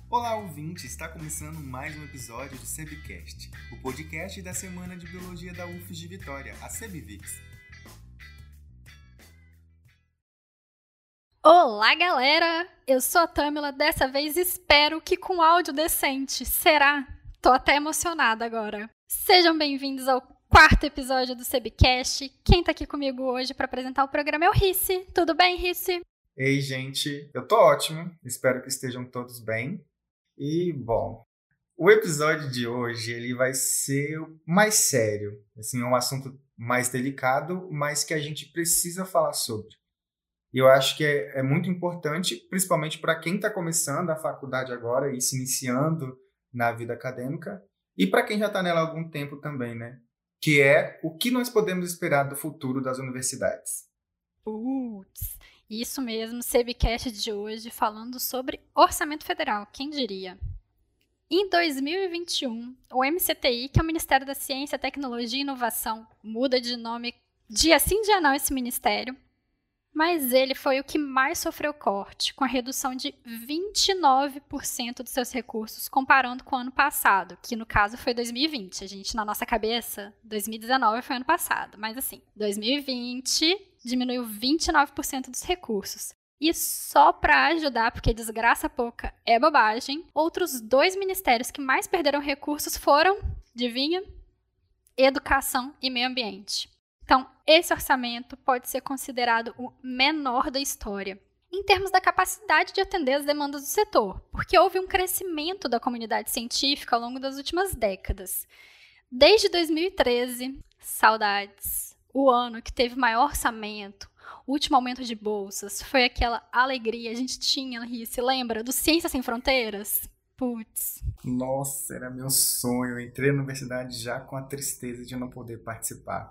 Olá, ouvinte! Está começando mais um episódio do SEBcast, o podcast da Semana de Biologia da UFES de Vitória, a SEBVIX. Olá, galera! Eu sou a Tâmila, dessa vez espero que com áudio decente. Será? Tô até emocionada agora. Sejam bem-vindos ao quarto episódio do SEBcast. Quem tá aqui comigo hoje para apresentar o programa é o Rissi. Tudo bem, Rissi? Ei, gente! Eu tô ótimo, espero que estejam todos bem. E, bom, o episódio de hoje ele vai ser mais sério. Assim, é um assunto mais delicado, mas que a gente precisa falar sobre. E eu acho que é muito importante, principalmente para quem está começando a faculdade agora e se iniciando na vida acadêmica, e para quem já está nela há algum tempo também, né? Que é o que nós podemos esperar do futuro das universidades. Isso mesmo, SEBcast de hoje falando sobre orçamento federal, quem diria? Em 2021, o MCTI, que é o Ministério da Ciência, Tecnologia e Inovação, muda de nome dia sim, dia não esse ministério, mas ele foi o que mais sofreu corte, com a redução de 29% dos seus recursos comparando com o ano passado, que no caso foi 2020. A gente, na nossa cabeça, 2019 foi ano passado, mas assim, 2020 diminuiu 29% dos recursos. E só para ajudar, porque desgraça pouca é bobagem, outros 2 ministérios que mais perderam recursos foram, adivinha? Educação e Meio Ambiente. Então, esse orçamento pode ser considerado o menor da história, em termos da capacidade de atender as demandas do setor, porque houve um crescimento da comunidade científica ao longo das últimas décadas. Desde 2013, saudades, o ano que teve maior orçamento, o último aumento de bolsas, foi aquela alegria, a gente tinha, se lembra, do Ciência Sem Fronteiras? Putz. Nossa, era meu sonho. Eu entrei na universidade já com a tristeza de não poder participar.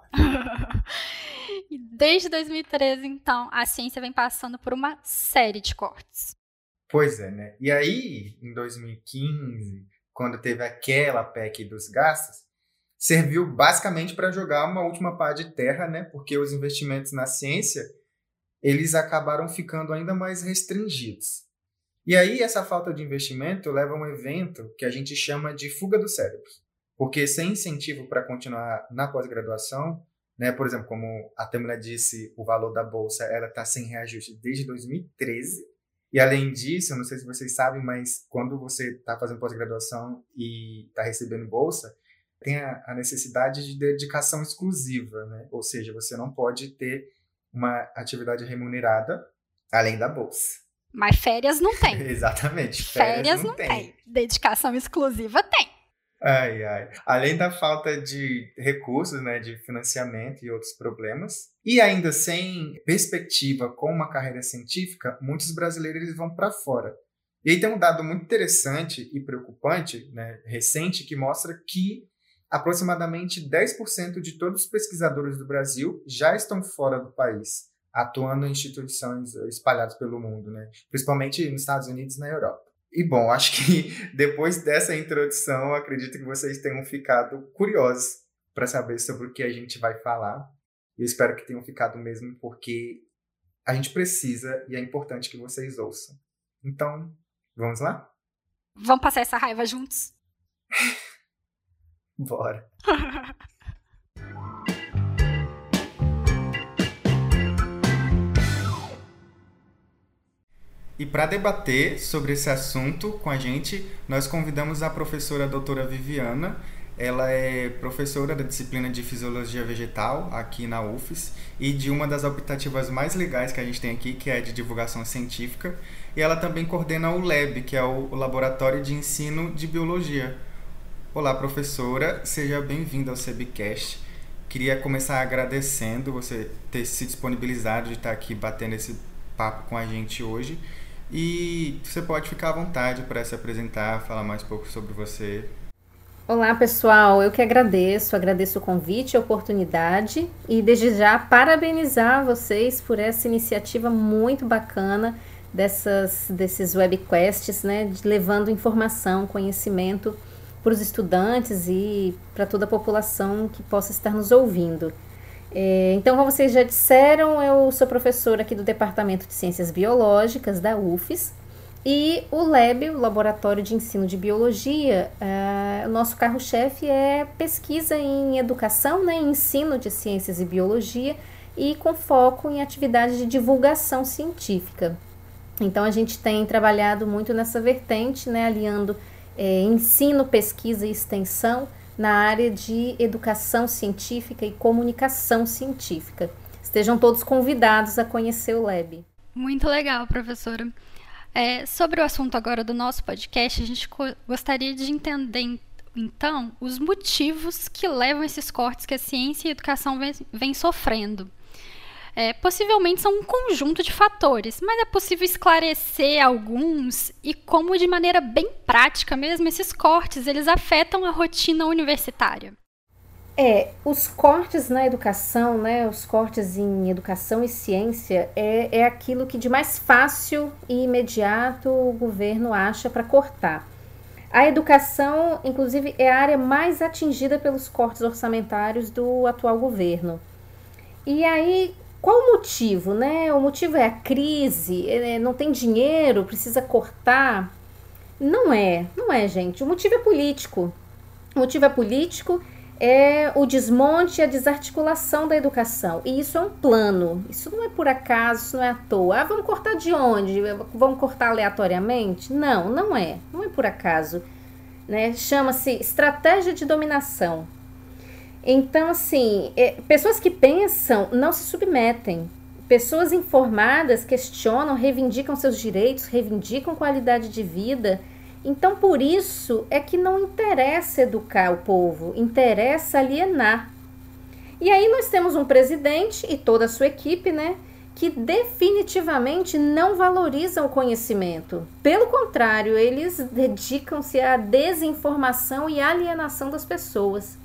E desde 2013, então, a ciência vem passando por uma série de cortes. Pois é, né? E aí, em 2015, quando teve aquela PEC dos gastos, serviu basicamente para jogar uma última pá de terra, né? Porque os investimentos na ciência, eles acabaram ficando ainda mais restringidos. E aí, essa falta de investimento leva a um evento que a gente chama de fuga dos cérebros. Porque sem incentivo para continuar na pós-graduação, né, por exemplo, como a Tâmila disse, o valor da bolsa está sem reajuste desde 2013. E além disso, eu não sei se vocês sabem, mas quando você está fazendo pós-graduação e está recebendo bolsa, tem a necessidade de dedicação exclusiva, né? Ou seja, você não pode ter uma atividade remunerada além da bolsa. Mas férias não tem. Exatamente. Férias não tem. Dedicação exclusiva tem. Ai. Além da falta de recursos, né, de financiamento e outros problemas, e ainda sem perspectiva com uma carreira científica, muitos brasileiros vão para fora. E aí tem um dado muito interessante e preocupante, né, recente, que mostra que aproximadamente 10% de todos os pesquisadores do Brasil já estão fora do país, atuando em instituições espalhadas pelo mundo, né? Principalmente nos Estados Unidos e na Europa. E, bom, acho que depois dessa introdução, acredito que vocês tenham ficado curiosos para saber sobre o que a gente vai falar. E eu espero que tenham ficado mesmo, porque a gente precisa e é importante que vocês ouçam. Então, vamos lá? Vamos passar essa raiva juntos? Bora! E para debater sobre esse assunto com a gente, nós convidamos a professora doutora Viviana. Ela é professora da disciplina de Fisiologia Vegetal aqui na UFES e de uma das optativas mais legais que a gente tem aqui, que é a de divulgação científica. E ela também coordena o LEB, que é o Laboratório de Ensino de Biologia. Olá, professora. Seja bem-vinda ao SEBcast. Queria começar agradecendo você ter se disponibilizado de estar aqui batendo esse papo com a gente hoje. E você pode ficar à vontade para se apresentar, falar mais um pouco sobre você. Olá, pessoal. Eu que agradeço o convite, a oportunidade e desde já parabenizar vocês por essa iniciativa muito bacana desses webcasts, né, levando informação, conhecimento para os estudantes e para toda a população que possa estar nos ouvindo. Então, como vocês já disseram, eu sou professora aqui do Departamento de Ciências Biológicas da UFES E o LEB, o Laboratório de Ensino de Biologia, o nosso carro-chefe é pesquisa em educação, né, em ensino de ciências e biologia, e com foco em atividades de divulgação científica. Então, a gente tem trabalhado muito nessa vertente, né, aliando ensino, pesquisa e extensão na área de educação científica e comunicação científica. Estejam todos convidados a conhecer o LEB. Muito legal, professora. Sobre o assunto agora do nosso podcast, a gente gostaria de entender, então, os motivos que levam esses cortes que a ciência e a educação vem sofrendo. Possivelmente são um conjunto de fatores, mas é possível esclarecer alguns e como, de maneira bem prática mesmo, esses cortes eles afetam a rotina universitária. Os cortes na educação, né, os cortes em educação e ciência é aquilo que de mais fácil e imediato o governo acha para cortar. A educação, inclusive, é a área mais atingida pelos cortes orçamentários do atual governo. E aí, qual o motivo, né? O motivo é a crise, não tem dinheiro, precisa cortar? Não é, gente. O motivo é político. O motivo é político, é o desmonte e a desarticulação da educação. E isso é um plano, isso não é por acaso, isso não é à toa. Vamos cortar de onde? Vamos cortar aleatoriamente? Não é por acaso, né? Chama-se estratégia de dominação. Então, assim, pessoas que pensam não se submetem. Pessoas informadas questionam, reivindicam seus direitos, reivindicam qualidade de vida. Então, por isso é que não interessa educar o povo, interessa alienar. E aí nós temos um presidente e toda a sua equipe, né, que definitivamente não valorizam o conhecimento. Pelo contrário, eles dedicam-se à desinformação e alienação das pessoas.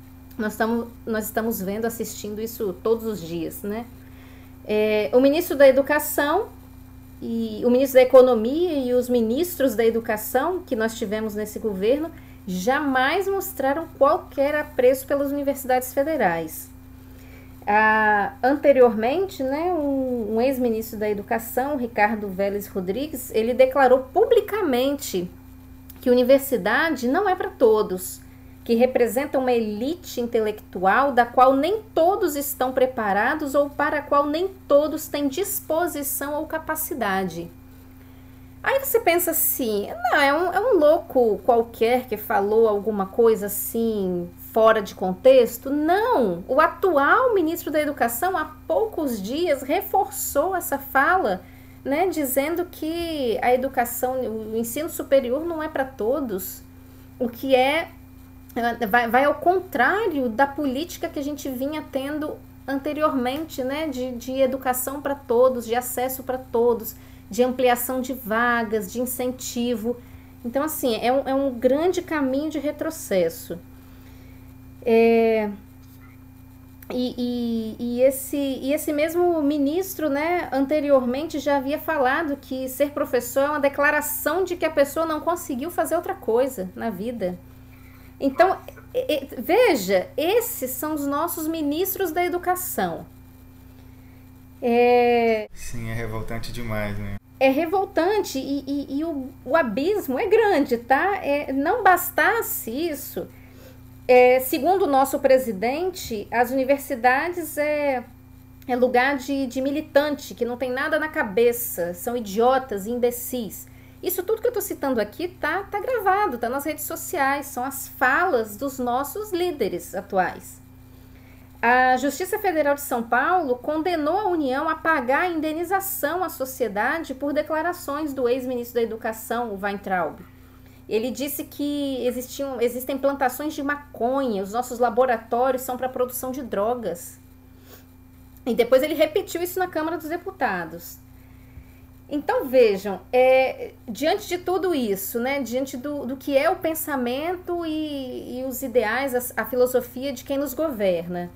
Nós estamos vendo, assistindo isso todos os dias, né? O ministro da Educação e o ministro da Economia e os ministros da Educação que nós tivemos nesse governo jamais mostraram qualquer apreço pelas universidades federais. Anteriormente, né, um ex-ministro da Educação, Ricardo Vélez Rodrigues, ele declarou publicamente que universidade não é para todos, que representa uma elite intelectual da qual nem todos estão preparados ou para a qual nem todos têm disposição ou capacidade. Aí você pensa assim, não, é um louco qualquer que falou alguma coisa assim fora de contexto? Não, o atual ministro da Educação há poucos dias reforçou essa fala, né, dizendo que a educação, o ensino superior não é para todos, o que vai ao contrário da política que a gente vinha tendo anteriormente, né, de educação para todos, de acesso para todos, de ampliação de vagas, de incentivo. Então, assim, é um grande caminho de retrocesso. E esse mesmo ministro, né, anteriormente já havia falado que ser professor é uma declaração de que a pessoa não conseguiu fazer outra coisa na vida. Então, veja, esses são os nossos ministros da educação. Sim, é revoltante demais, né? É revoltante e o abismo é grande, tá? Não bastasse isso, segundo o nosso presidente, as universidades é lugar de militante, que não tem nada na cabeça, são idiotas e imbecis. Isso tudo que eu estou citando aqui tá gravado, tá nas redes sociais, são as falas dos nossos líderes atuais. A Justiça Federal de São Paulo condenou a União a pagar a indenização à sociedade por declarações do ex-ministro da Educação, o Weintraub. Ele disse que existem plantações de maconha, os nossos laboratórios são para a produção de drogas. E depois ele repetiu isso na Câmara dos Deputados. Então, vejam, diante de tudo isso, né, diante do que é o pensamento e os ideais, a filosofia de quem nos governa,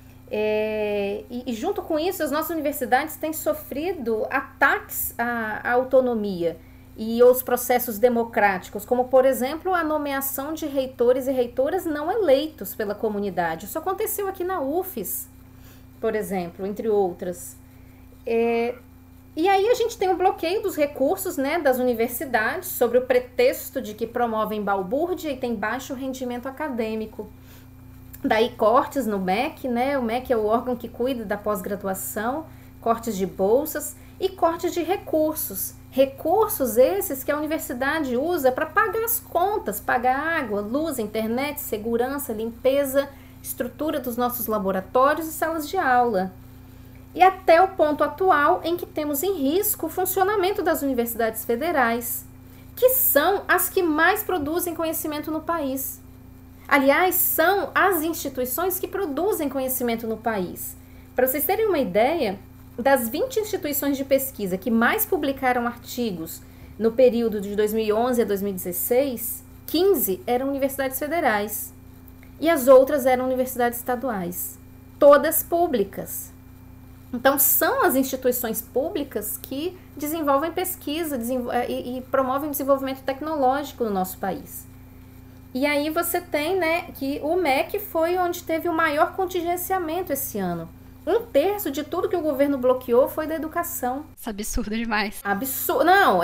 e junto com isso, as nossas universidades têm sofrido ataques à autonomia e aos processos democráticos, como, por exemplo, a nomeação de reitores e reitoras não eleitos pela comunidade. Isso aconteceu aqui na UFES, por exemplo, entre outras. E aí a gente tem o bloqueio dos recursos, né, das universidades, sobre o pretexto de que promovem balbúrdia e tem baixo rendimento acadêmico. Daí cortes no MEC, né? O MEC é o órgão que cuida da pós-graduação, cortes de bolsas e cortes de recursos. Recursos esses que a universidade usa para pagar as contas, pagar água, luz, internet, segurança, limpeza, estrutura dos nossos laboratórios e salas de aula. E até o ponto atual em que temos em risco o funcionamento das universidades federais, que são as que mais produzem conhecimento no país. Aliás, são as instituições que produzem conhecimento no país. Para vocês terem uma ideia, das 20 instituições de pesquisa que mais publicaram artigos no período de 2011 a 2016, 15 eram universidades federais e as outras eram universidades estaduais, todas públicas. Então, são as instituições públicas que desenvolvem pesquisa e promovem o desenvolvimento tecnológico no nosso país. E aí você tem, né, que o MEC foi onde teve o maior contingenciamento esse ano. 1/3 de tudo que o governo bloqueou foi da educação. Isso é absurdo demais. Absurdo. Não,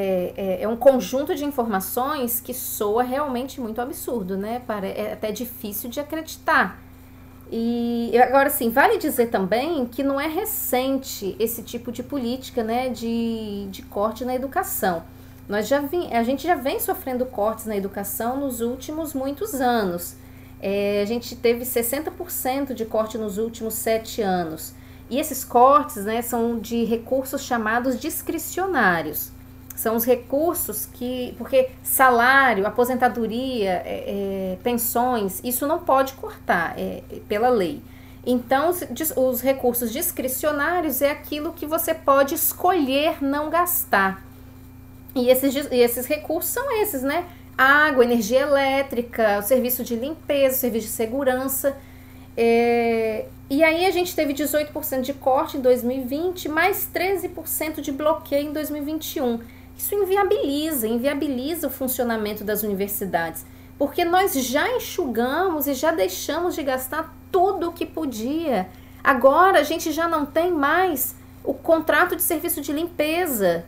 é um conjunto de informações que soa realmente muito absurdo, né? É até difícil de acreditar. E agora, sim, vale dizer também que não é recente esse tipo de política, né, de corte na educação. A gente já vem sofrendo cortes na educação nos últimos muitos anos. A gente teve 60% de corte nos últimos 7 anos. E esses cortes, né, são de recursos chamados discricionários. São os recursos porque salário, aposentadoria, pensões, isso não pode cortar pela lei. Então, os recursos discricionários é aquilo que você pode escolher não gastar. E esses recursos são esses, né? Água, energia elétrica, o serviço de limpeza, o serviço de segurança. E aí a gente teve 18% de corte em 2020, mais 13% de bloqueio em 2021. Isso inviabiliza o funcionamento das universidades, porque nós já enxugamos e já deixamos de gastar tudo o que podia. Agora a gente já não tem mais o contrato de serviço de limpeza,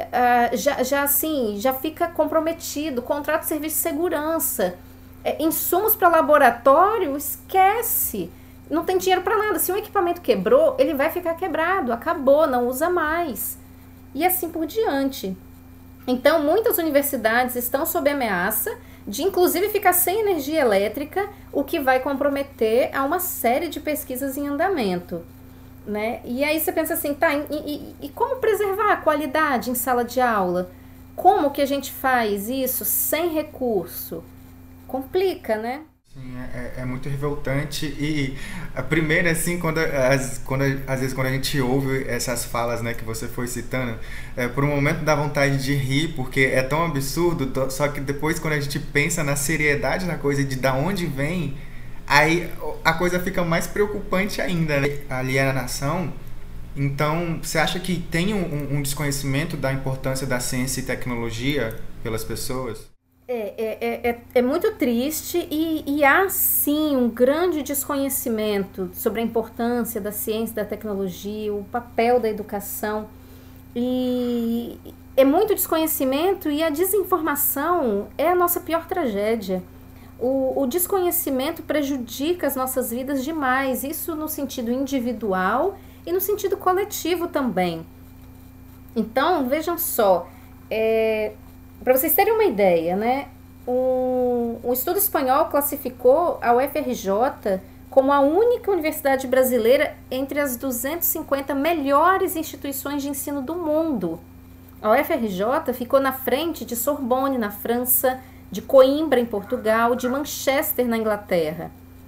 já fica comprometido, contrato de serviço de segurança, insumos para laboratório, esquece, não tem dinheiro para nada. Se um equipamento quebrou, ele vai ficar quebrado, acabou, não usa mais, e assim por diante. Então, muitas universidades estão sob ameaça de, inclusive, ficar sem energia elétrica, o que vai comprometer a uma série de pesquisas em andamento, né? E aí você pensa assim, tá, e como preservar a qualidade em sala de aula? Como que a gente faz isso sem recurso? Complica, né? Sim, é muito revoltante. E a primeira, assim, às vezes quando a gente ouve essas falas, né, que você foi citando, por um momento dá vontade de rir, porque é tão absurdo, só que depois quando a gente pensa na seriedade da coisa e de onde vem, aí a coisa fica mais preocupante ainda, né? A alienação. Então, você acha que tem um desconhecimento da importância da ciência e tecnologia pelas pessoas? É muito triste e há sim um grande desconhecimento sobre a importância da ciência e da tecnologia, o papel da educação, e é muito desconhecimento, e a desinformação é a nossa pior tragédia. O desconhecimento prejudica as nossas vidas demais, isso no sentido individual e no sentido coletivo também. Então, vejam só, para vocês terem uma ideia, né, um estudo espanhol classificou a UFRJ como a única universidade brasileira entre as 250 melhores instituições de ensino do mundo. A UFRJ ficou na frente de Sorbonne, na França, de Coimbra, em Portugal, de Manchester, na Inglaterra.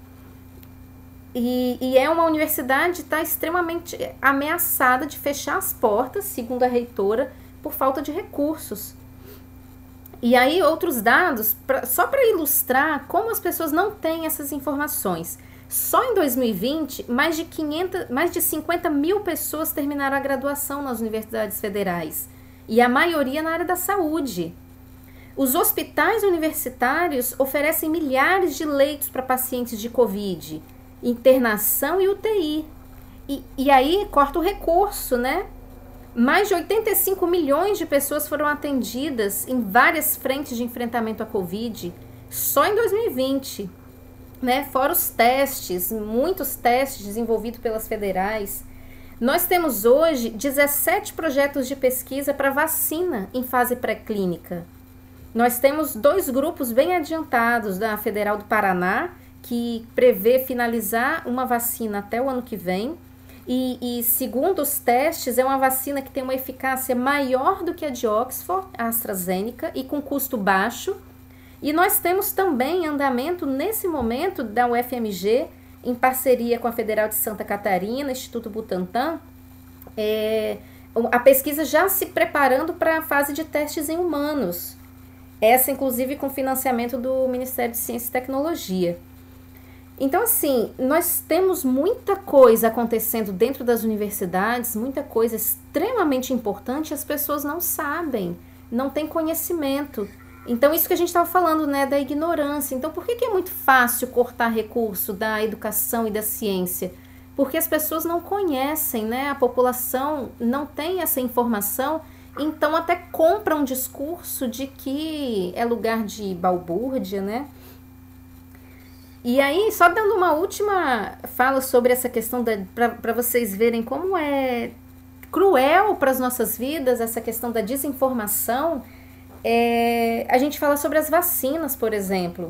E é uma universidade que está extremamente ameaçada de fechar as portas, segundo a reitora, por falta de recursos. E aí, outros dados, só para ilustrar como as pessoas não têm essas informações. Só em 2020, mais de 50 mil pessoas terminaram a graduação nas universidades federais, e a maioria na área da saúde. Os hospitais universitários oferecem milhares de leitos para pacientes de Covid, internação e UTI. E aí corta o recurso, né? Mais de 85 milhões de pessoas foram atendidas em várias frentes de enfrentamento à Covid só em 2020, né? Fora os testes, muitos testes desenvolvidos pelas federais. Nós temos hoje 17 projetos de pesquisa para vacina em fase pré-clínica. Nós temos 2 grupos bem adiantados da Federal do Paraná, que prevê finalizar uma vacina até o ano que vem. E segundo os testes, é uma vacina que tem uma eficácia maior do que a de Oxford, a AstraZeneca, e com custo baixo. E nós temos também em andamento, nesse momento, da UFMG, em parceria com a Federal de Santa Catarina, Instituto Butantan, a pesquisa já se preparando para a fase de testes em humanos. Essa, inclusive, com financiamento do Ministério de Ciência e Tecnologia. Então, assim, nós temos muita coisa acontecendo dentro das universidades, muita coisa extremamente importante, as pessoas não sabem, não têm conhecimento. Então, isso que a gente estava falando, né, da ignorância. Então, por que é muito fácil cortar recurso da educação e da ciência? Porque as pessoas não conhecem, né, a população não tem essa informação, então até compra um discurso de que é lugar de balbúrdia, né? E aí, só dando uma última fala sobre essa questão, para vocês verem como é cruel para as nossas vidas essa questão da desinformação, a gente fala sobre as vacinas, por exemplo.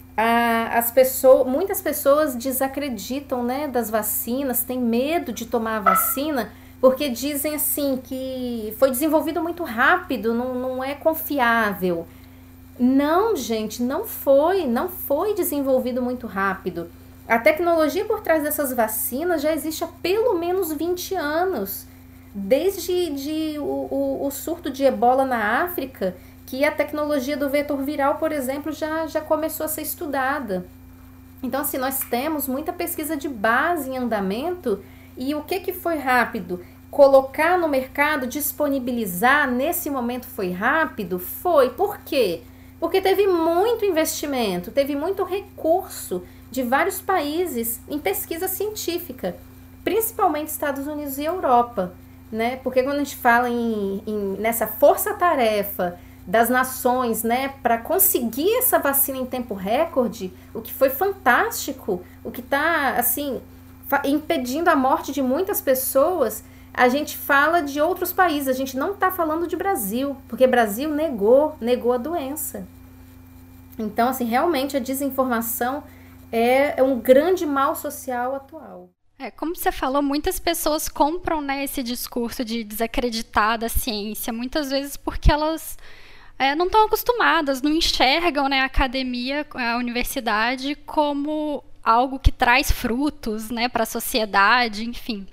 Muitas pessoas desacreditam, né, das vacinas, têm medo de tomar a vacina, porque dizem assim que foi desenvolvido muito rápido, não é confiável. Não, gente, não foi desenvolvido muito rápido. A tecnologia por trás dessas vacinas já existe há pelo menos 20 anos. Desde o surto de ebola na África, que a tecnologia do vetor viral, por exemplo, já começou a ser estudada. Então, assim, nós temos muita pesquisa de base em andamento. E o que foi rápido? Colocar no mercado, disponibilizar, nesse momento foi rápido? Foi. Por quê? Porque teve muito investimento, teve muito recurso de vários países em pesquisa científica, principalmente Estados Unidos e Europa, né? Porque quando a gente fala nessa força-tarefa das nações, né, para conseguir essa vacina em tempo recorde, o que foi fantástico, o que está, assim, impedindo a morte de muitas pessoas, a gente fala de outros países, a gente não está falando de Brasil, porque Brasil negou a doença. Então, assim, realmente a desinformação é um grande mal social atual. Como você falou, muitas pessoas compram, né, esse discurso de desacreditar da ciência, muitas vezes porque elas não estão acostumadas, não enxergam, né, a academia, a universidade como algo que traz frutos, né, para a sociedade, enfim.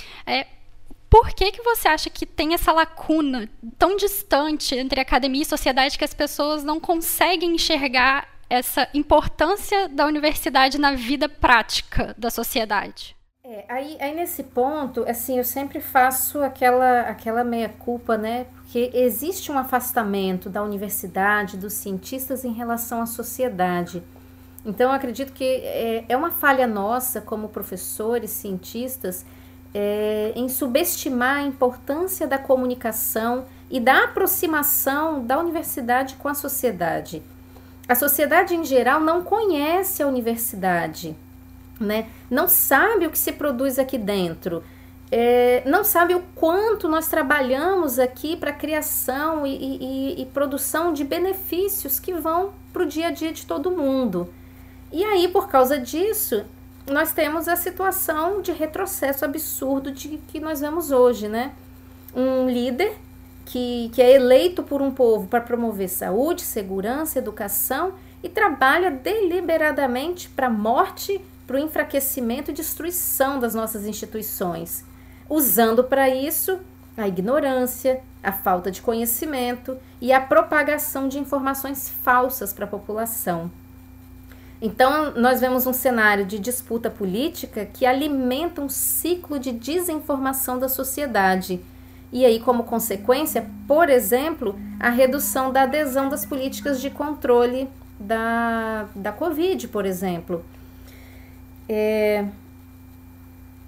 Por que você acha que tem essa lacuna tão distante entre academia e sociedade que as pessoas não conseguem enxergar essa importância da universidade na vida prática da sociedade? Aí nesse ponto, assim, eu sempre faço aquela meia-culpa, né? Porque existe um afastamento da universidade, dos cientistas em relação à sociedade. Então, eu acredito que é uma falha nossa como professores, cientistas, em subestimar a importância da comunicação e da aproximação da universidade com a sociedade. A sociedade em geral não conhece a universidade, né? Não sabe o que se produz aqui dentro, não sabe o quanto nós trabalhamos aqui para a criação e produção de benefícios que vão para o dia a dia de todo mundo. E aí, por causa disso, nós temos a situação de retrocesso absurdo de que nós vemos hoje, né? Um líder que é eleito por um povo para promover saúde, segurança, educação e trabalha deliberadamente para a morte, para o enfraquecimento e destruição das nossas instituições, usando para isso a ignorância, a falta de conhecimento e a propagação de informações falsas para a população. Então, nós vemos um cenário de disputa política que alimenta um ciclo de desinformação da sociedade. E aí, como consequência, por exemplo, a redução da adesão das políticas de controle da Covid, por exemplo.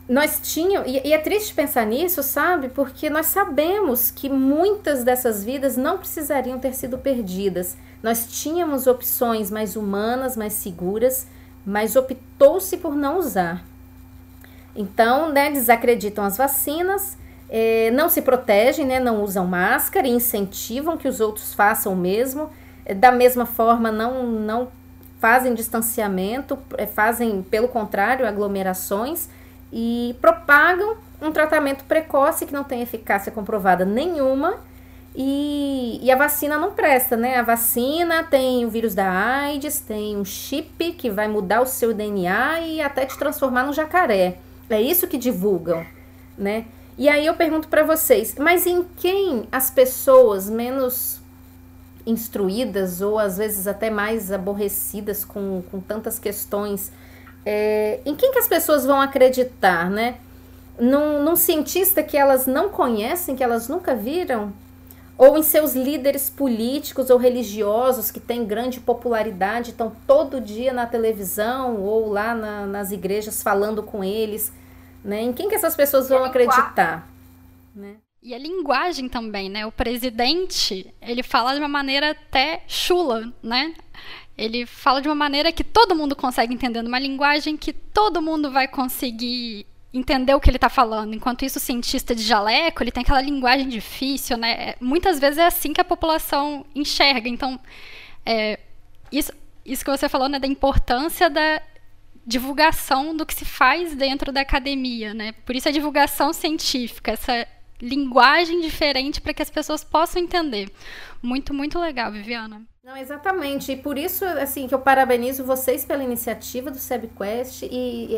nós tínhamos, e é triste pensar nisso, sabe? Porque nós sabemos que muitas dessas vidas não precisariam ter sido perdidas. Nós tínhamos opções mais humanas, mais seguras, mas optou-se por não usar. Então, né, desacreditam as vacinas, não se protegem, né, não usam máscara, incentivam que os outros façam o mesmo. Da mesma forma, não fazem distanciamento, fazem, pelo contrário, aglomerações e propagam um tratamento precoce que não tem eficácia comprovada nenhuma. E a vacina não presta, né? A vacina tem o vírus da AIDS, tem um chip que vai mudar o seu DNA e até te transformar num jacaré. É isso que divulgam, né? E aí eu pergunto para vocês, mas em quem as pessoas menos instruídas ou às vezes até mais aborrecidas com tantas questões, em quem que as pessoas vão acreditar, né? Num cientista que elas não conhecem, que elas nunca viram? Ou em seus líderes políticos ou religiosos que têm grande popularidade, estão todo dia na televisão ou lá nas igrejas falando com eles, né? Em quem que essas pessoas vão acreditar? Né? E a linguagem também, né? O presidente, ele fala de uma maneira até chula, né? Ele fala de uma maneira que todo mundo consegue entender, uma linguagem que todo mundo vai conseguir entender o que ele está falando. Enquanto isso, o cientista de jaleco, ele tem aquela linguagem difícil, né? Muitas vezes é assim que a população enxerga. Então, isso que você falou, né, da importância da divulgação do que se faz dentro da academia, né? Por isso a divulgação científica, essa linguagem diferente para que as pessoas possam entender. Muito, muito legal, Viviana. Não, exatamente. E por isso, assim, que eu parabenizo vocês pela iniciativa do SebQuest e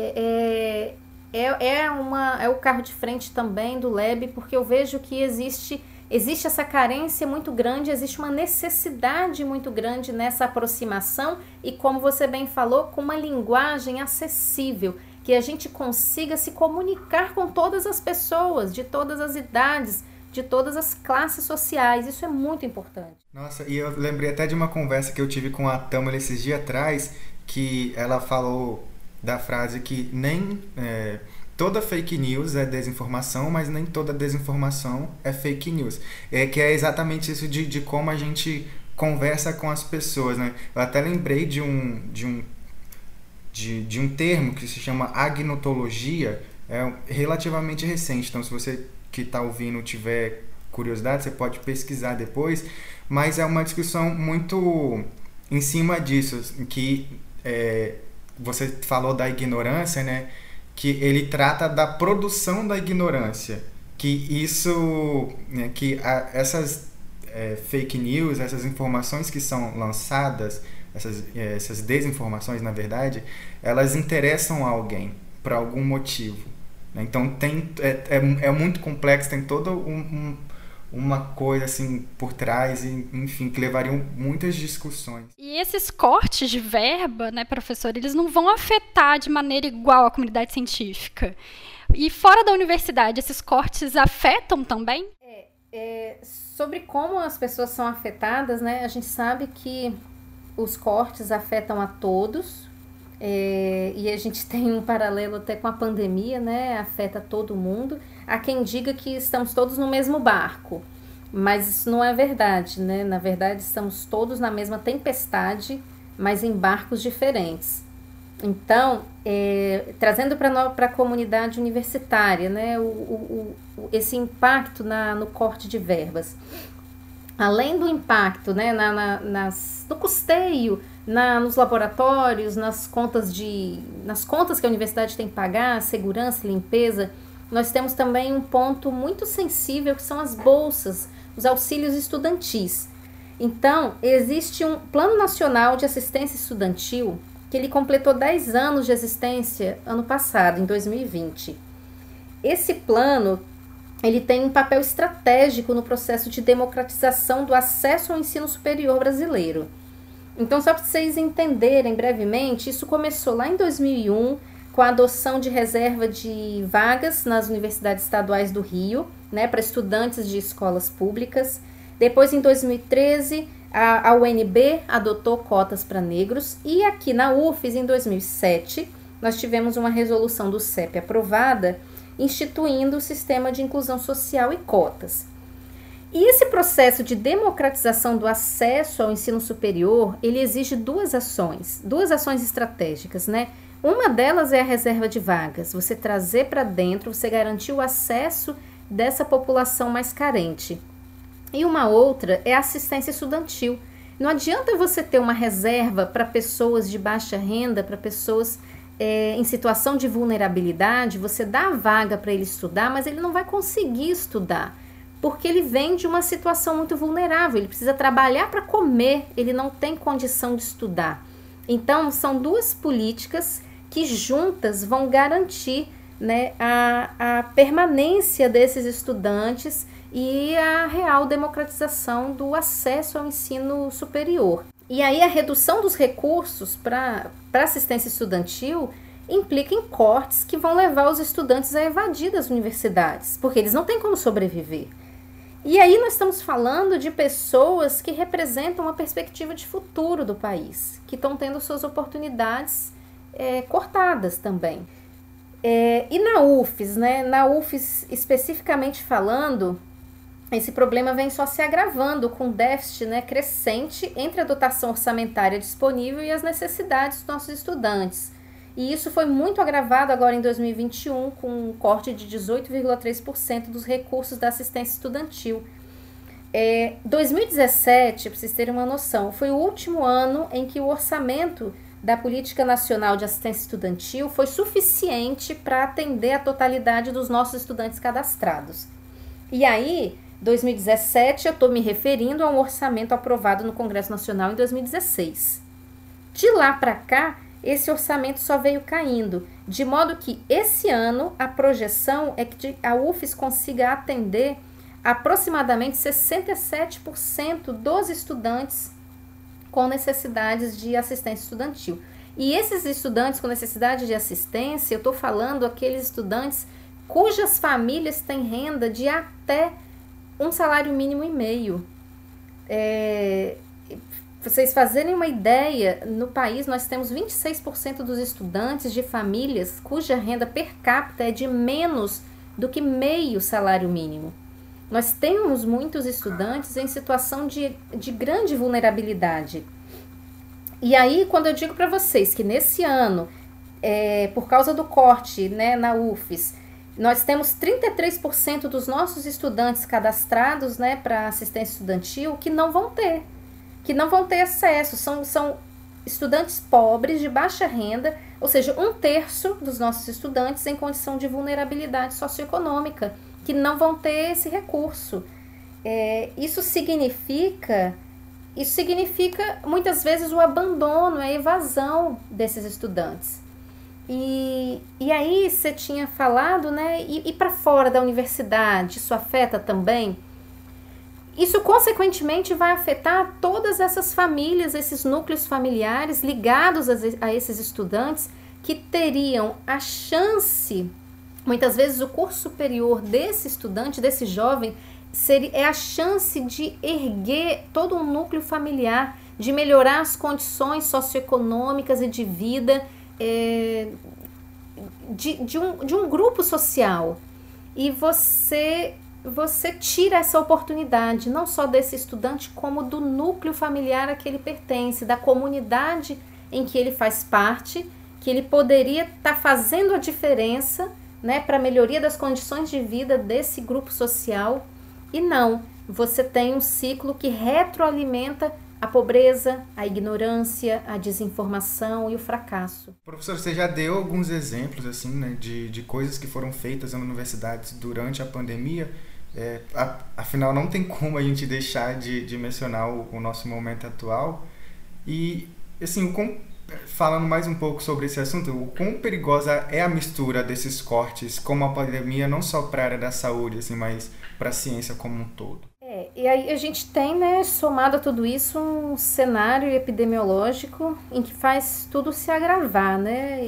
é o carro de frente também do Lab, porque eu vejo que existe essa carência muito grande, existe uma necessidade muito grande nessa aproximação e, como você bem falou, com uma linguagem acessível, que a gente consiga se comunicar com todas as pessoas, de todas as idades, de todas as classes sociais. Isso é muito importante. Nossa, e eu lembrei até de uma conversa que eu tive com a Tâmara esses dias atrás, que ela falou da frase que nem toda fake news é desinformação, mas nem toda desinformação é fake news. Que é exatamente isso de como a gente conversa com as pessoas, né? Eu até lembrei de um termo que se chama agnotologia, relativamente recente. Então, se você que está ouvindo tiver curiosidade, você pode pesquisar depois, mas é uma discussão muito em cima disso, que você falou da ignorância, né? Que ele trata da produção da ignorância, que isso, né, que essas fake news, essas informações que são lançadas, essas desinformações, na verdade, elas interessam a alguém, por algum motivo. Né? Então é muito complexo, tem toda uma coisa assim por trás, enfim, que levariam muitas discussões. E esses cortes de verba, né, professor, eles não vão afetar de maneira igual a comunidade científica. E fora da universidade, esses cortes afetam também? Sobre como as pessoas são afetadas, né, a gente sabe que os cortes afetam a todos, e a gente tem um paralelo até com a pandemia, né, afeta todo mundo. Há quem diga que estamos todos no mesmo barco, mas isso não é verdade, né? Na verdade, estamos todos na mesma tempestade, mas em barcos diferentes. Então, trazendo para a comunidade universitária, né, esse impacto no corte de verbas. Além do impacto, né, no custeio, nos laboratórios, nas contas que a universidade tem que pagar, segurança, limpeza, nós temos também um ponto muito sensível, que são as bolsas, os auxílios estudantis. Então, existe um Plano Nacional de Assistência Estudantil, que ele completou 10 anos de existência ano passado, em 2020. Esse plano, ele tem um papel estratégico no processo de democratização do acesso ao ensino superior brasileiro. Então, só para vocês entenderem brevemente, isso começou lá em 2001, com a adoção de reserva de vagas nas universidades estaduais do Rio, né, para estudantes de escolas públicas. Depois, em 2013, a UNB adotou cotas para negros. E aqui na UFES, em 2007, nós tivemos uma resolução do CEP aprovada, instituindo o sistema de inclusão social e cotas. E esse processo de democratização do acesso ao ensino superior, ele exige duas ações estratégicas, né? Uma delas é a reserva de vagas, você trazer para dentro, você garantir o acesso dessa população mais carente. E uma outra é a assistência estudantil. Não adianta você ter uma reserva para pessoas de baixa renda, para pessoas em situação de vulnerabilidade, você dá a vaga para ele estudar, mas ele não vai conseguir estudar, porque ele vem de uma situação muito vulnerável, ele precisa trabalhar para comer, ele não tem condição de estudar. Então, são duas políticas que juntas vão garantir, né, a permanência desses estudantes e a real democratização do acesso ao ensino superior. E aí a redução dos recursos para assistência estudantil implica em cortes que vão levar os estudantes a evadir das universidades, porque eles não têm como sobreviver. E aí nós estamos falando de pessoas que representam uma perspectiva de futuro do país, que estão tendo suas oportunidades cortadas também. E na UFES, né? Na UFES especificamente falando, esse problema vem só se agravando com déficit, né, crescente entre a dotação orçamentária disponível e as necessidades dos nossos estudantes. E isso foi muito agravado agora em 2021, com um corte de 18,3% dos recursos da assistência estudantil. 2017, para vocês terem uma noção, foi o último ano em que o orçamento da Política Nacional de Assistência Estudantil foi suficiente para atender a totalidade dos nossos estudantes cadastrados. E aí, 2017, eu estou me referindo a um orçamento aprovado no Congresso Nacional em 2016. De lá para cá, esse orçamento só veio caindo, de modo que esse ano a projeção é que a UFES consiga atender aproximadamente 67% dos estudantes com necessidades de assistência estudantil. E esses estudantes com necessidade de assistência, eu estou falando aqueles estudantes cujas famílias têm renda de até um salário mínimo e meio. Vocês fazerem uma ideia, no país nós temos 26% dos estudantes de famílias cuja renda per capita é de menos do que meio salário mínimo. Nós temos muitos estudantes em situação de grande vulnerabilidade. E aí, quando eu digo para vocês que nesse ano, por causa do corte, né, na UFES, nós temos 33% dos nossos estudantes cadastrados, né, para assistência estudantil que não vão ter acesso. São estudantes pobres, de baixa renda, ou seja, 1/3 dos nossos estudantes em condição de vulnerabilidade socioeconômica, que não vão ter esse recurso. Isso significa muitas vezes o abandono, a evasão desses estudantes. E aí você tinha falado, né, e para fora da universidade, isso afeta também? Isso consequentemente vai afetar todas essas famílias, esses núcleos familiares ligados a esses estudantes que teriam a chance. Muitas vezes o curso superior desse estudante, desse jovem, é a chance de erguer todo um núcleo familiar, de melhorar as condições socioeconômicas e de vida de um grupo social. E você tira essa oportunidade, não só desse estudante, como do núcleo familiar a que ele pertence, da comunidade em que ele faz parte, que ele poderia estar fazendo a diferença, né, para a melhoria das condições de vida desse grupo social. E não, você tem um ciclo que retroalimenta a pobreza, a ignorância, a desinformação e o fracasso. Professor, você já deu alguns exemplos assim, né, de coisas que foram feitas nas universidades durante a pandemia. Afinal, não tem como a gente deixar de mencionar o nosso momento atual. E, assim, falando mais um pouco sobre esse assunto, o quão perigosa é a mistura desses cortes como a pandemia, não só para a área da saúde, assim, mas para a ciência como um todo. E aí a gente tem, né, somado a tudo isso, um cenário epidemiológico em que faz tudo se agravar, né?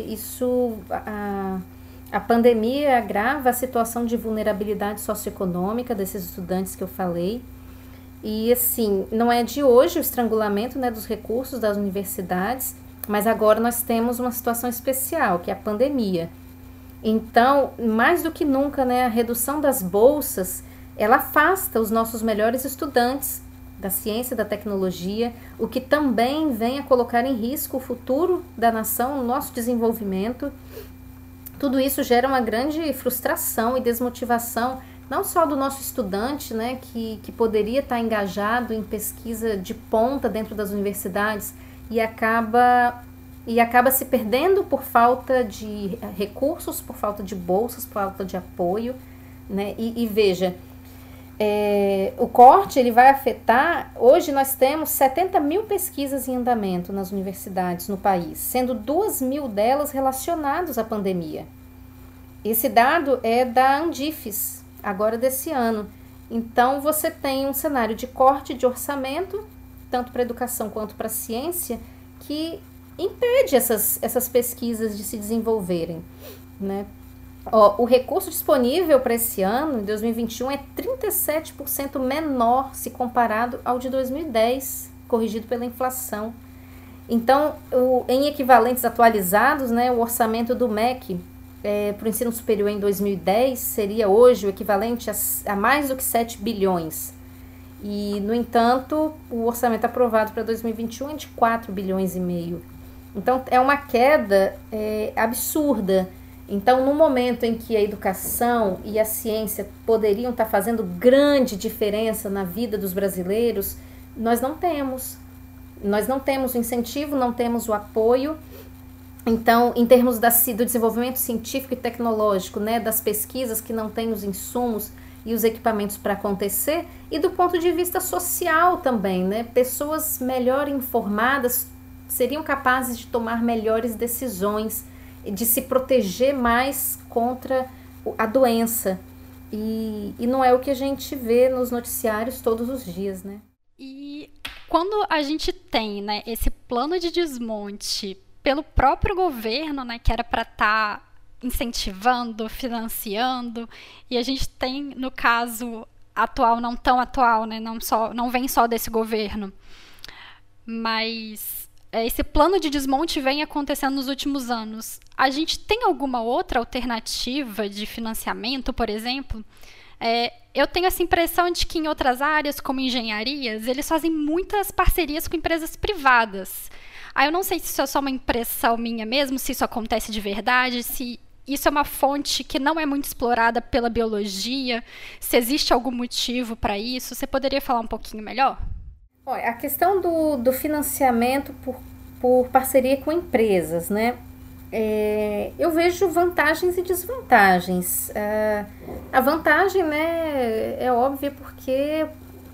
A pandemia agrava a situação de vulnerabilidade socioeconômica desses estudantes que eu falei. E, assim, não é de hoje o estrangulamento, né, dos recursos das universidades. Mas agora nós temos uma situação especial, que é a pandemia. Então, mais do que nunca, né, a redução das bolsas, ela afasta os nossos melhores estudantes da ciência e da tecnologia, o que também vem a colocar em risco o futuro da nação, o nosso desenvolvimento. Tudo isso gera uma grande frustração e desmotivação, não só do nosso estudante, né, que poderia estar engajado em pesquisa de ponta dentro das universidades e acaba se perdendo por falta de recursos, por falta de bolsas, por falta de apoio, né? E veja, o corte ele vai afetar, hoje nós temos 70 mil pesquisas em andamento nas universidades no país, sendo 2 mil delas relacionadas à pandemia. Esse dado é da Andifes, agora desse ano. Então você tem um cenário de corte de orçamento, tanto para a educação quanto para a ciência, que impede essas pesquisas de se desenvolverem, né? O recurso disponível para esse ano, em 2021, é 37% menor se comparado ao de 2010, corrigido pela inflação. Então, em equivalentes atualizados, né, o orçamento do MEC para o ensino superior em 2010 seria hoje o equivalente a mais do que 7 bilhões. E, no entanto, o orçamento aprovado para 2021 é de 4 bilhões e meio. Então, é uma queda absurda. Então, no momento em que a educação e a ciência poderiam estar fazendo grande diferença na vida dos brasileiros, nós não temos. Nós não temos o incentivo, não temos o apoio. Então, em termos do desenvolvimento científico e tecnológico, né, das pesquisas que não têm os insumos e os equipamentos para acontecer, e do ponto de vista social também, né, pessoas melhor informadas seriam capazes de tomar melhores decisões, de se proteger mais contra a doença. E não é o que a gente vê nos noticiários todos os dias, né? E quando a gente tem, né, esse plano de desmonte pelo próprio governo, né, que era para estar incentivando, financiando, e a gente tem, no caso atual, não tão atual, né, não vem só desse governo, mas esse plano de desmonte vem acontecendo nos últimos anos. A gente tem alguma outra alternativa de financiamento, por exemplo? Eu tenho essa impressão de que em outras áreas, como engenharias, eles fazem muitas parcerias com empresas privadas. Eu não sei se isso é só uma impressão minha mesmo, se isso acontece de verdade, se isso é uma fonte que não é muito explorada pela biologia, se existe algum motivo para isso. Você poderia falar um pouquinho melhor? Olha, a questão do financiamento por parceria com empresas, né? Eu vejo vantagens e desvantagens. A vantagem, né, é óbvia porque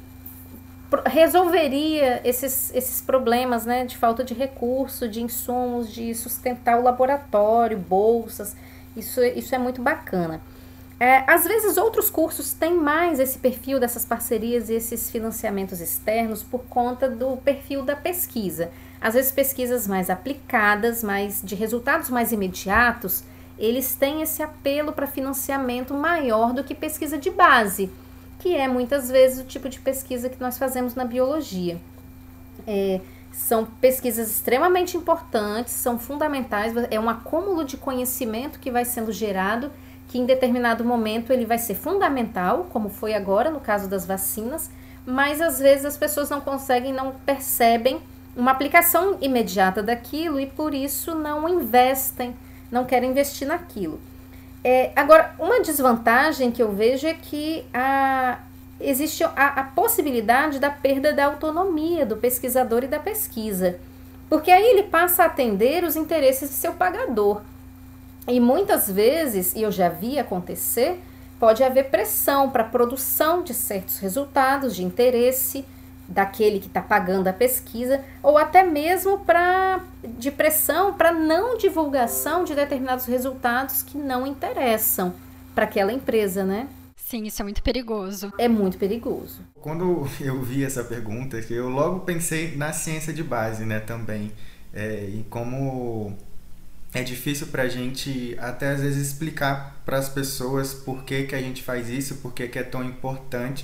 resolveria esses problemas, né, de falta de recurso, de insumos, de sustentar o laboratório, bolsas. Isso é muito bacana. Às vezes outros cursos têm mais esse perfil dessas parcerias e esses financiamentos externos por conta do perfil da pesquisa. Às vezes pesquisas mais aplicadas, de resultados mais imediatos, eles têm esse apelo para financiamento maior do que pesquisa de base, que é muitas vezes o tipo de pesquisa que nós fazemos na biologia. São pesquisas extremamente importantes, são fundamentais, é um acúmulo de conhecimento que vai sendo gerado, que em determinado momento ele vai ser fundamental, como foi agora no caso das vacinas, mas às vezes as pessoas não percebem uma aplicação imediata daquilo e por isso não investem, não querem investir naquilo. Agora, uma desvantagem que eu vejo é que existe a possibilidade da perda da autonomia do pesquisador e da pesquisa, porque aí ele passa a atender os interesses de seu pagador. E muitas vezes, e eu já vi acontecer, pode haver pressão para a produção de certos resultados de interesse daquele que está pagando a pesquisa, ou até mesmo de pressão para não divulgação de determinados resultados que não interessam para aquela empresa, né? Sim, isso é muito perigoso. É muito perigoso. Quando eu vi essa pergunta, eu logo pensei na ciência de base, né, também, e como é difícil para a gente até às vezes explicar para as pessoas por que a gente faz isso, por que é tão importante.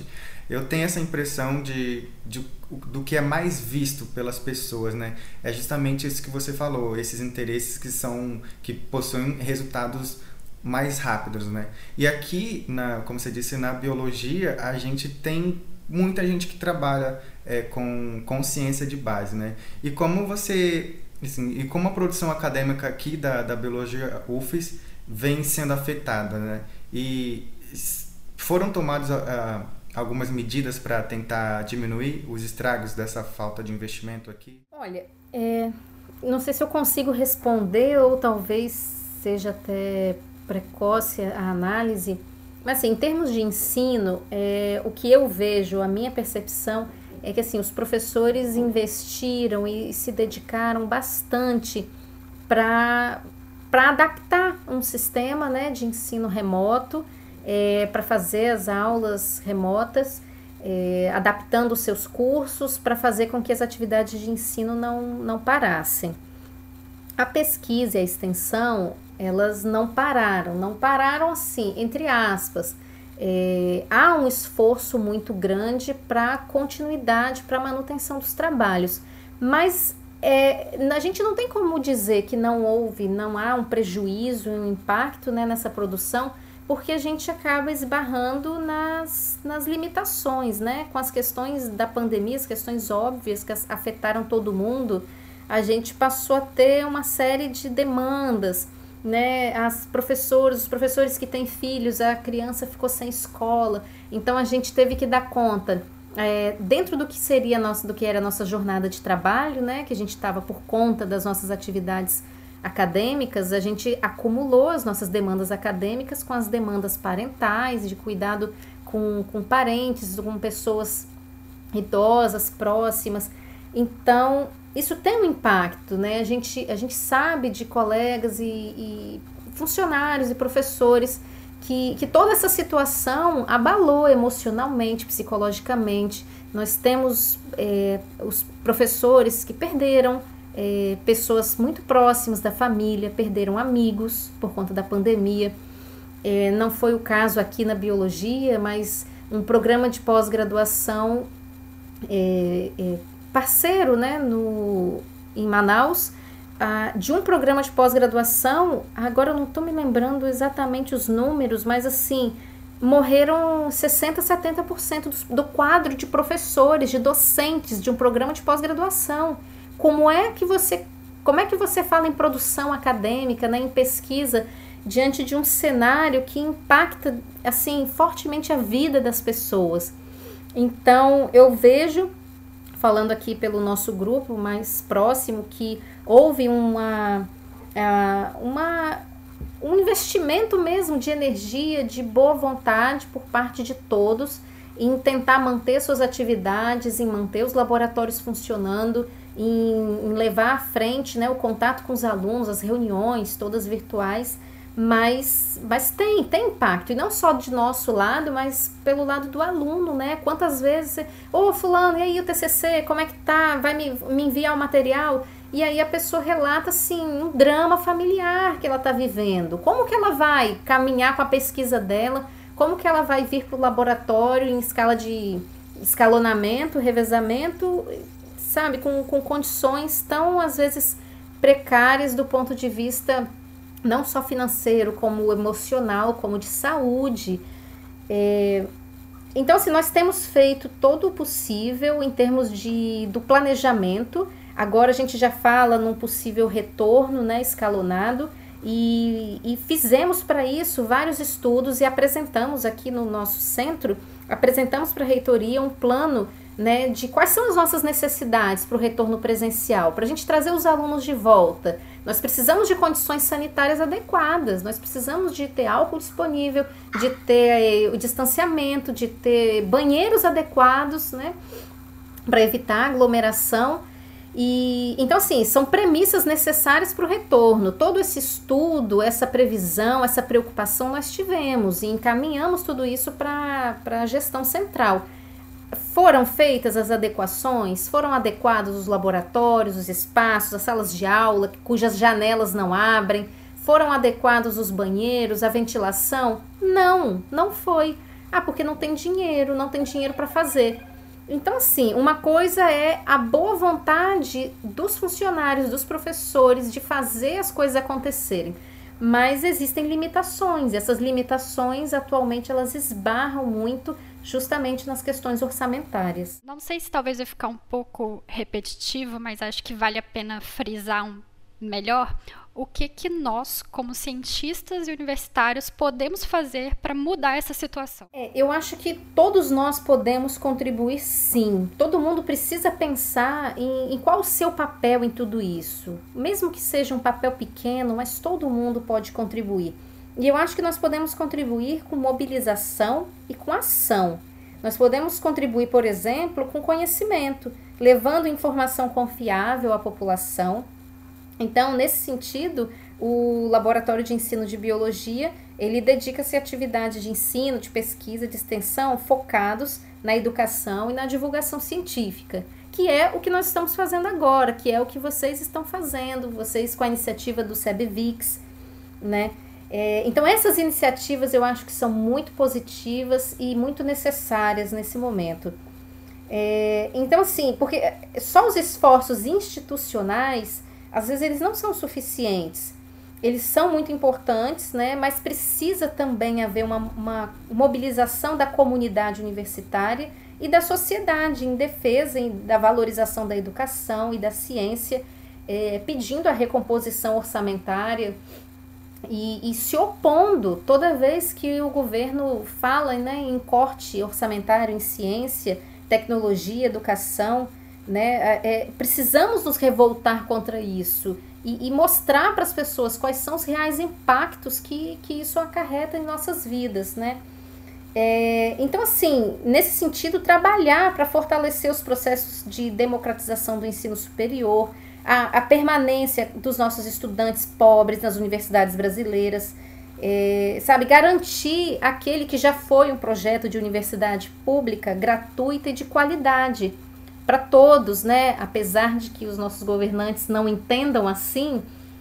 Eu tenho essa impressão do que é mais visto pelas pessoas, né? É justamente isso que você falou, esses interesses que possuem resultados mais rápidos, né? E aqui, como você disse, na biologia, a gente tem muita gente que trabalha com consciência de base, né? E como a produção acadêmica aqui da biologia UFES vem sendo afetada, né? E foram tomadas algumas medidas para tentar diminuir os estragos dessa falta de investimento aqui? Olha, não sei se eu consigo responder ou talvez seja até precoce a análise, mas assim, em termos de ensino, o que eu vejo, a minha percepção é que assim, os professores investiram e se dedicaram bastante para adaptar um sistema, né, de ensino remoto, para fazer as aulas remotas, adaptando os seus cursos para fazer com que as atividades de ensino não parassem. A pesquisa e a extensão, elas não pararam assim, entre aspas. Há um esforço muito grande para a continuidade, para a manutenção dos trabalhos, mas a gente não tem como dizer que não há um prejuízo, um impacto, né, nessa produção, porque a gente acaba esbarrando nas limitações, né, com as questões da pandemia, as questões óbvias que afetaram todo mundo. A gente passou a ter uma série de demandas, né? Os professores que têm filhos, a criança ficou sem escola, então a gente teve que dar conta, dentro do que era a nossa jornada de trabalho, né? Que a gente estava por conta das nossas atividades acadêmicas, a gente acumulou as nossas demandas acadêmicas com as demandas parentais, de cuidado com parentes, com pessoas idosas, próximas. Então, isso tem um impacto, né? A gente sabe de colegas e funcionários e professores que toda essa situação abalou emocionalmente, psicologicamente. Nós temos os professores que perderam pessoas muito próximas da família, perderam amigos por conta da pandemia. Não foi o caso aqui na biologia, mas um programa de pós-graduação parceiro, né, em Manaus, de um programa de pós-graduação, agora eu não estou me lembrando exatamente os números, mas assim, morreram 60%, 70% do quadro de professores, de docentes de um programa de pós-graduação. Como é que você fala em produção acadêmica, né, em pesquisa, diante de um cenário que impacta assim, fortemente a vida das pessoas? Então, eu vejo, falando aqui pelo nosso grupo mais próximo, que houve um investimento mesmo de energia, de boa vontade por parte de todos em tentar manter suas atividades, em manter os laboratórios funcionando, em levar à frente, né, o contato com os alunos, as reuniões, todas virtuais, mas tem impacto, e não só de nosso lado, mas pelo lado do aluno, né? Quantas vezes, fulano, e aí o TCC, como é que tá? Vai me enviar o material? E aí a pessoa relata, assim, um drama familiar que ela tá vivendo. Como que ela vai caminhar com a pesquisa dela? Como que ela vai vir para o laboratório em escala de escalonamento, revezamento, sabe? Com condições tão, às vezes, precárias do ponto de vista não só financeiro, como emocional, como de saúde. Então, assim, nós temos feito todo o possível em termos do planejamento. Agora a gente já fala num possível retorno, né, escalonado, e fizemos para isso vários estudos e apresentamos aqui no nosso centro, apresentamos para a reitoria um plano, né, de quais são as nossas necessidades para o retorno presencial, para a gente trazer os alunos de volta. Nós precisamos de condições sanitárias adequadas, nós precisamos de ter álcool disponível, de ter o distanciamento, de ter banheiros adequados, né, para evitar aglomeração. Então, assim, são premissas necessárias para o retorno. Todo esse estudo, essa previsão, essa preocupação nós tivemos e encaminhamos tudo isso para a gestão central. Foram feitas as adequações, foram adequados os laboratórios, os espaços, as salas de aula, cujas janelas não abrem, foram adequados os banheiros, a ventilação? Não foi. Ah, porque não tem dinheiro para fazer. Então, assim, uma coisa é a boa vontade dos funcionários, dos professores, de fazer as coisas acontecerem. Mas existem limitações, e essas limitações, atualmente, elas esbarram muito justamente nas questões orçamentárias. Não sei se talvez vai ficar um pouco repetitivo, mas acho que vale a pena frisar melhor o que nós, como cientistas e universitários, podemos fazer para mudar essa situação. Eu acho que todos nós podemos contribuir, sim. Todo mundo precisa pensar em qual o seu papel em tudo isso. Mesmo que seja um papel pequeno, mas todo mundo pode contribuir. E eu acho que nós podemos contribuir com mobilização e com ação. Nós podemos contribuir, por exemplo, com conhecimento, levando informação confiável à população. Então, nesse sentido, o Laboratório de Ensino de Biologia, ele dedica-se a atividades de ensino, de pesquisa, de extensão, focados na educação e na divulgação científica, que é o que nós estamos fazendo agora, que é o que vocês estão fazendo, vocês com a iniciativa do SEBVIX, né? Então, essas iniciativas eu acho que são muito positivas e muito necessárias nesse momento. Então, assim, porque só os esforços institucionais, às vezes eles não são suficientes. Eles são muito importantes, né? Mas precisa também haver uma mobilização da comunidade universitária e da sociedade em defesa da valorização da educação e da ciência, pedindo a recomposição orçamentária e se opondo toda vez que o governo fala, né, em corte orçamentário em ciência, tecnologia, educação, né? Precisamos nos revoltar contra isso e mostrar para as pessoas quais são os reais impactos que isso acarreta em nossas vidas, né? Então, assim, nesse sentido, trabalhar para fortalecer os processos de democratização do ensino superior, a permanência dos nossos estudantes pobres nas universidades brasileiras, garantir aquele que já foi um projeto de universidade pública, gratuita e de qualidade para todos, né? Apesar de que os nossos governantes não entendam assim,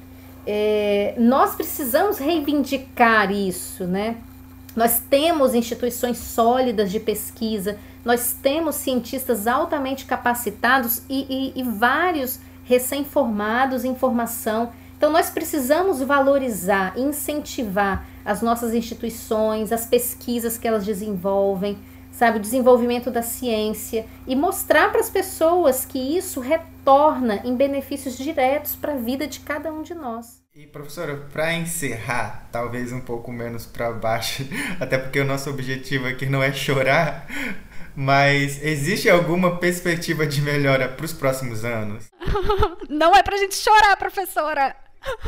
nós precisamos reivindicar isso, né? Nós temos instituições sólidas de pesquisa, nós temos cientistas altamente capacitados e vários recém-formados em formação. Então, nós precisamos valorizar, incentivar as nossas instituições, as pesquisas que elas desenvolvem, o desenvolvimento da ciência e mostrar para as pessoas que isso retorna em benefícios diretos para a vida de cada um de nós. E, professora, para encerrar, talvez um pouco menos para baixo, até porque o nosso objetivo aqui não é chorar, mas existe alguma perspectiva de melhora para os próximos anos? Não é pra gente chorar, professora!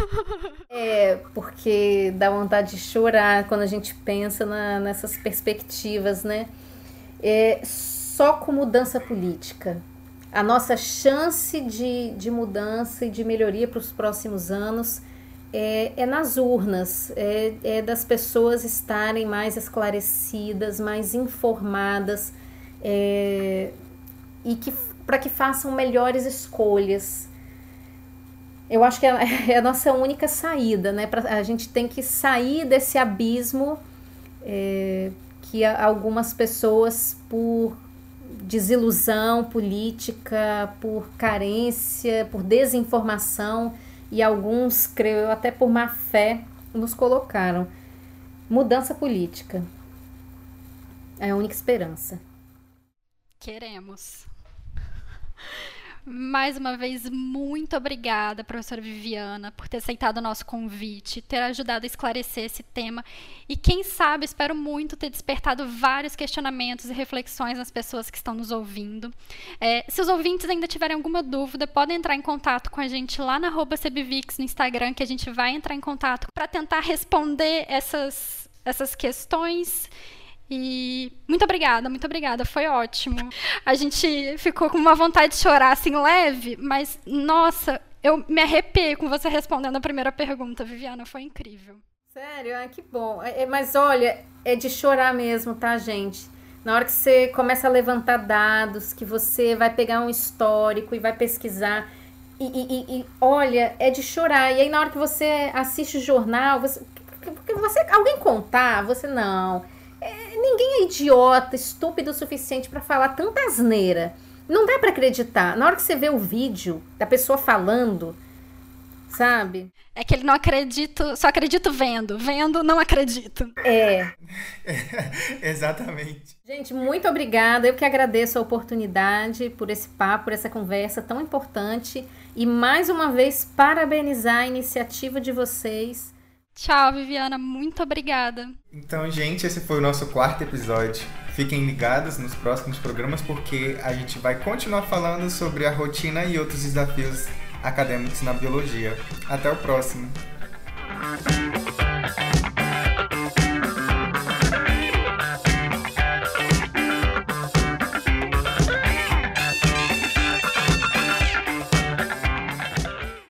Porque dá vontade de chorar quando a gente pensa nessas perspectivas, né? Só com mudança política. A nossa chance de mudança e de melhoria para os próximos anos é nas urnas, das pessoas estarem mais esclarecidas, mais informadas, para que façam melhores escolhas. Eu acho que é a nossa única saída, né? A gente tem que sair desse abismo que algumas pessoas, por desilusão política, por carência, por desinformação e alguns, creio eu, até por má fé, nos colocaram. Mudança política é a única esperança. Queremos. Mais uma vez, muito obrigada, professora Viviana, por ter aceitado o nosso convite, ter ajudado a esclarecer esse tema e, quem sabe, espero muito ter despertado vários questionamentos e reflexões nas pessoas que estão nos ouvindo. Se os ouvintes ainda tiverem alguma dúvida, podem entrar em contato com a gente lá na @CBVIX no Instagram, que a gente vai entrar em contato para tentar responder essas questões. E muito obrigada, foi ótimo. A gente ficou com uma vontade de chorar assim leve, mas nossa, eu me arrepiei com você respondendo a primeira pergunta, Viviana, foi incrível. Sério? Que bom. Mas olha, é de chorar mesmo, tá, gente? Na hora que você começa a levantar dados, que você vai pegar um histórico e vai pesquisar, e olha, é de chorar. E aí na hora que você assiste o jornal, alguém contar, você não... Ninguém é idiota, estúpido o suficiente para falar tanta asneira. Não dá para acreditar. Na hora que você vê o vídeo da pessoa falando, sabe? É que ele não acredita, só acredito vendo. Vendo, não acredito. Exatamente. Gente, muito obrigada. Eu que agradeço a oportunidade por esse papo, por essa conversa tão importante. E mais uma vez, parabenizar a iniciativa de vocês. Tchau, Viviana. Muito obrigada. Então, gente, esse foi o nosso 4º episódio. Fiquem ligados nos próximos programas, porque a gente vai continuar falando sobre a rotina e outros desafios acadêmicos na biologia. Até o próximo!